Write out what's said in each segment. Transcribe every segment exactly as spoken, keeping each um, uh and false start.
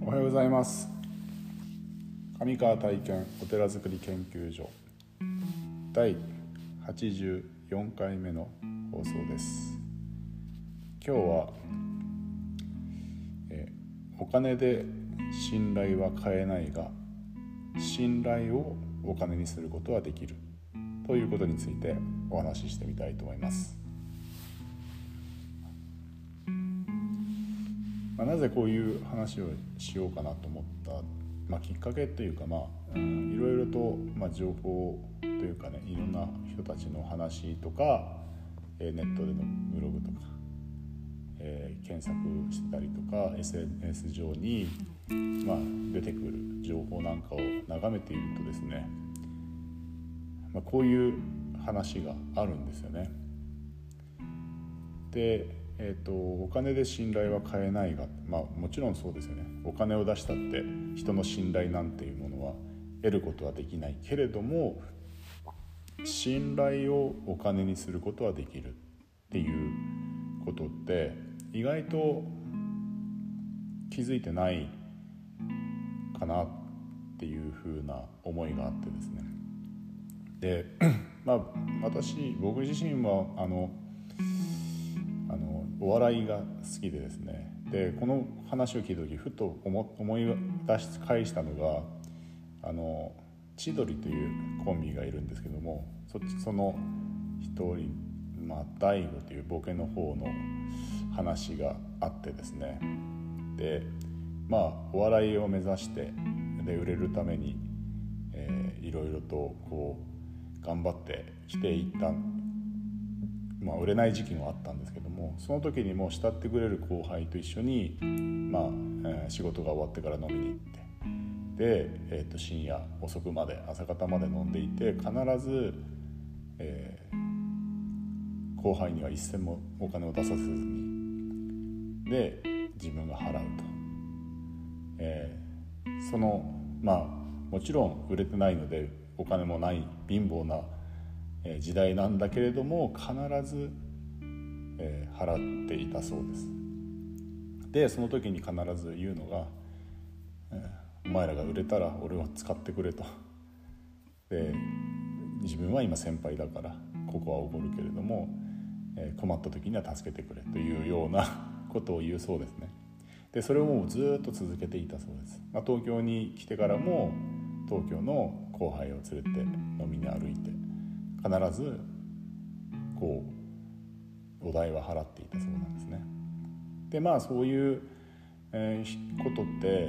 おはようございます。上川体験お寺づくり研究所だいはちじゅうよんかいめの放送です。今日はえお金で信頼は買えないが信頼をお金にすることはできるということについてお話ししてみたいと思います。まあ、なぜこういう話をしようかなと思った、まあ、きっかけというか、まあうん、いろいろと、まあ、情報というかね、いろんな人たちの話とか、えー、ネットでのブログとか、えー、検索してたりとか エスエヌエス 上に、まあ、出てくる情報なんかを眺めているとですね、まあ、こういう話があるんですよね。でえー、とお金で信頼は買えないが、まあ、もちろんそうですよね。お金を出したって人の信頼なんていうものは得ることはできないけれども、信頼をお金にすることはできるっていうことって意外と気づいてないかなっていうふうな思いがあってですね。で、まあ私僕自身はあのあのお笑いが好きでですね、でこの話を聞いた時ふと 思, 思い出し返したのが、あの千鳥というコンビがいるんですけども、 そ, その一人、まあ、大悟というボケの方の話があってですね、でまあお笑いを目指してで売れるために、えー、いろいろとこう頑張ってきていったまあ、売れない時期もあったんですけども、その時にもう慕ってくれる後輩と一緒に、まあえー、仕事が終わってから飲みに行って、で、えー、と深夜遅くまで朝方まで飲んでいて、必ず、えー、後輩には一銭もお金を出させずにで自分が払うと、えー、そのまあもちろん売れてないのでお金もない貧乏な時代なんだけれども、必ず、えー、払っていたそうです。でその時に必ず言うのが、えー、お前らが売れたら俺を使ってくれと。で自分は今先輩だからここはおごるけれども、えー、困った時には助けてくれというようなことを言うそうですね。でそれをもうずっと続けていたそうです。まあ、東京に来てからも東京の後輩を連れて飲みに歩いて必ずこうお代は払っていたそうなんですね。でまあそういう、えー、ことって、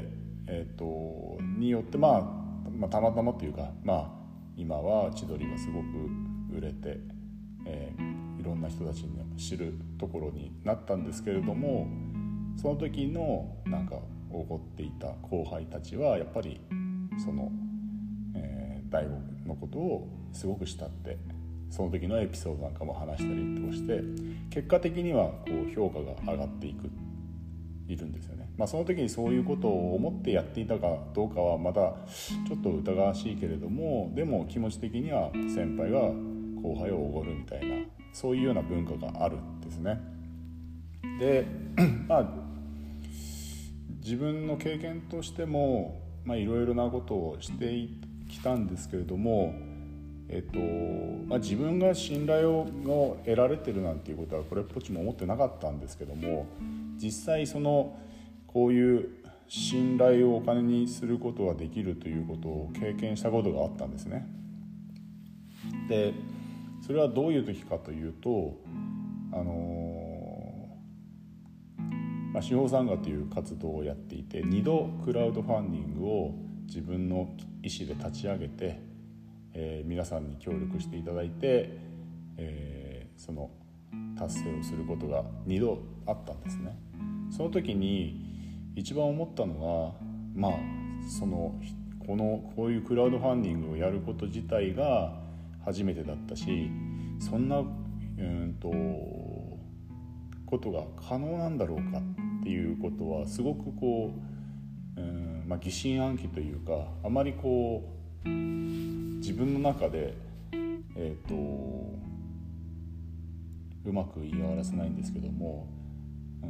えー、とによって、まあ、まあたまたまというか、まあ今は千鳥がすごく売れて、えー、いろんな人たちに知るところになったんですけれども、その時のなんかおごっていた後輩たちはやっぱりその、えー、大悟のことをすごく慕って、その時のエピソードなんかも話したりとして、結果的にはこう評価が上がっていくいるんですよね。まあ、その時にそういうことを思ってやっていたかどうかはまだちょっと疑わしいけれども、でも気持ち的には先輩が後輩をおごるみたいな、そういうような文化があるんですね。でまあ自分の経験としてもいろいろなことをしてきたんですけれども、えっとまあ、自分が信頼を得られてるなんていうことはこれっぽっちも思ってなかったんですけども、実際そのこういう信頼をお金にすることができるということを経験したことがあったんですね。でそれはどういう時かというと、あのーまあ、司法参加という活動をやっていて、にどクラウドファンディングを自分の意思で立ち上げて、えー、皆さんに協力していただいて、えー、その達成をすることがにどあったんですね。その時に一番思ったのは、まあそのこのこういうクラウドファンディングをやること自体が初めてだったし、そんなうんとことが可能なんだろうかっていうことはすごくこう、うんまあ、疑心暗鬼というか、あまりこう自分の中で、えー、とうまく言い表せないんですけども、うん、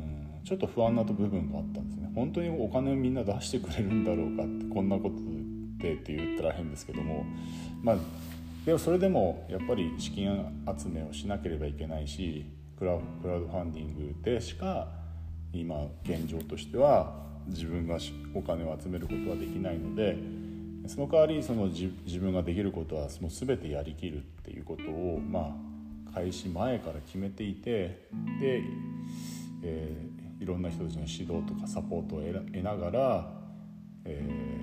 ちょっと不安な部分があったんですね。本当にお金をみんな出してくれるんだろうかって、こんなことでって言ったら変ですけども、まあでもそれでもやっぱり資金集めをしなければいけないし、クラウドファンディングでしか今現状としては自分がお金を集めることはできないので、その代わりその 自, 自分ができることはもう全てやりきるっていうことを、まあ開始前から決めていて、で、えー、いろんな人たちの指導とかサポートを得ながら、え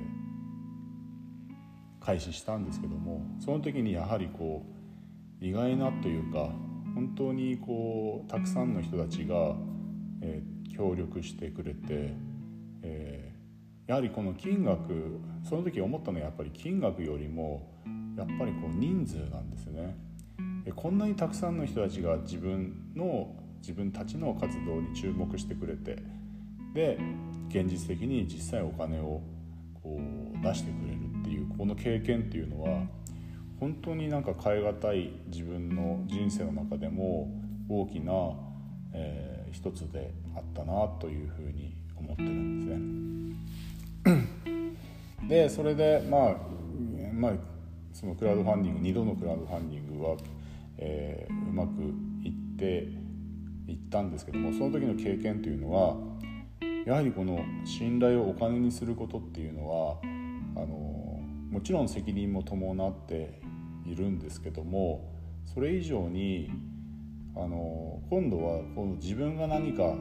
ー、開始したんですけども、その時にやはりこう意外なというか、本当にこうたくさんの人たちが、えー、協力してくれて、えー、やはりこの金額、その時思ったのはやっぱり金額よりもやっぱりこう人数なんですよね。こんなにたくさんの人たちが自分の自分たちの活動に注目してくれて、で現実的に実際お金をこう出してくれるっていうこの経験っていうのは本当になんか変え難い自分の人生の中でも大きな、えー、一つであったなというふうに思ってるんですね。でそれでまあまあそのクラウドファンディングにどのクラウドファンディングはえー、うまくいっていったんですけども、その時の経験というのはやはりこの信頼をお金にすることっていうのはあのもちろん責任も伴っているんですけども、それ以上にあの今度はこの自分が何かこ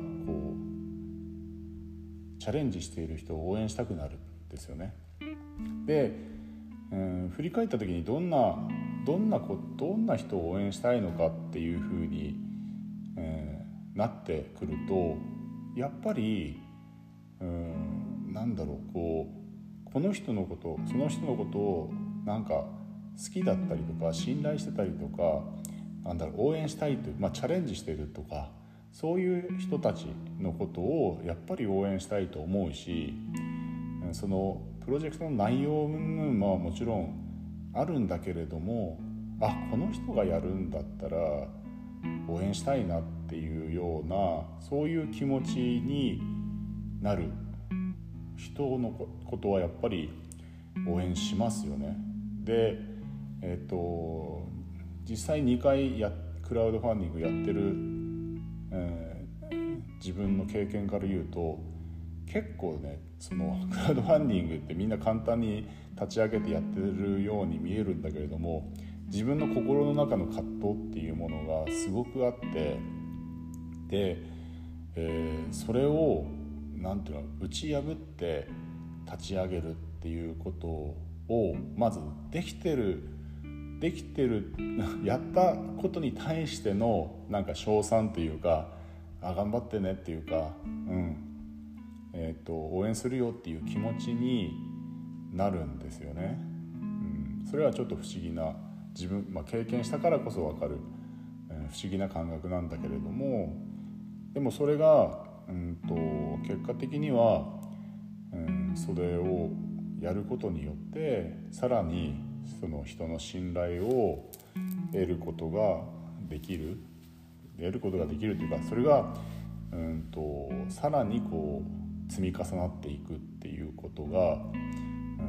うチャレンジしている人を応援したくなるんですよね。で、うん、振り返った時にどんなどんなこどんな人を応援したいのかっていうふうに、えー、なってくると、やっぱりうーんなんだろうこうこの人のことその人のことをなんか好きだったりとか信頼してたりとか、なんだろう応援したいという、まあ、チャレンジしてるとか、そういう人たちのことをやっぱり応援したいと思うし、そのプロジェクトの内容云々はもちろんあるんだけれども、あこの人がやるんだったら応援したいなっていうような、そういう気持ちになる人のことはやっぱり応援しますよね。で、えっと実際にかいやクラウドファンディングやってる、えー、自分の経験から言うと、結構ねそのクラウドファンディングってみんな簡単に立ち上げてやってるように見えるんだけれども、自分の心の中の葛藤っていうものがすごくあって、で、えー、それをなんていうの打ち破って立ち上げるっていうことをまずできてるできてるやったことに対してのなんか称賛というか、あ頑張ってねっていうか、うんえー、と応援するよっていう気持ちになるんですよね。うん、それはちょっと不思議な自分、まあ、経験したからこそ分かる、えー、不思議な感覚なんだけれども、でもそれが、うんと結果的には、うん、それをやることによってさらにその人の信頼を得ることができる得ることができるというか、それが、うんとさらにこう積み重なっていくっていうことが、うん、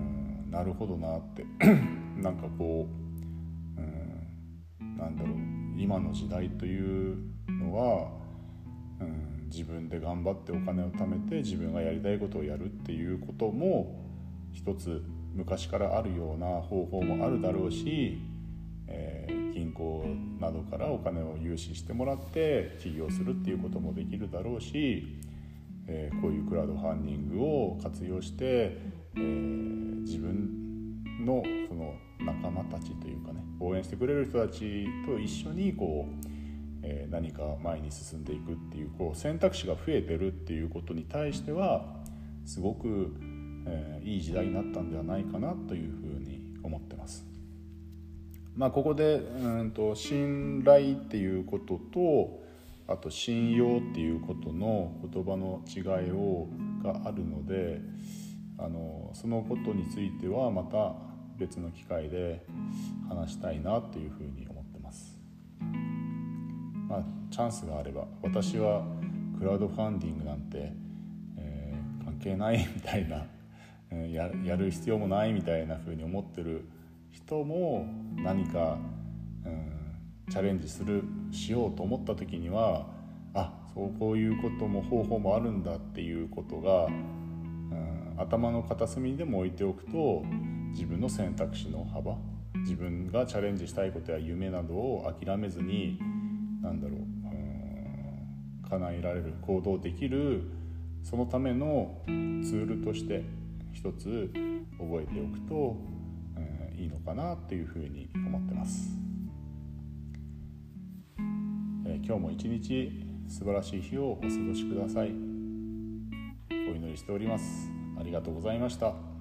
なるほどなってなんかこう、うん、なんだろう今の時代というのは、うん、自分で頑張ってお金を貯めて自分がやりたいことをやるっていうことも一つ昔からあるような方法もあるだろうし、えー、銀行などからお金を融資してもらって起業するっていうこともできるだろうし、えー、こういうクラウドファンディングを活用して、えー、自分のその仲間たちというかね、応援してくれる人たちと一緒にこう、えー、何か前に進んでいくっていう、こう選択肢が増えてるっていうことに対してはすごくえー、いい時代になったんではないかなというふうに思ってます。まあ、ここでうんと信頼っていうことと、あと信用っていうことの言葉の違いをがあるので、あのそのことについてはまた別の機会で話したいなというふうに思ってます。まあ、チャンスがあれば、私はククラウドファンディングなんて、えー、関係ないみたいな、えー、や, やる必要もないみたいな風に思ってる人も何か、うん、チャレンジするしようと思った時には、あ、そうこういうことも方法もあるんだっていうことが、うん、頭の片隅にでも置いておくと、自分の選択肢の幅、自分がチャレンジしたいことや夢などを諦めずに、なんだろう、うん、叶えられる、行動できる、そのためのツールとして一つ覚えておくと、うん、いいのかなっていうふうに思ってます。えー、今日も一日素晴らしい日をお過ごしください。お祈りしております。ありがとうございました。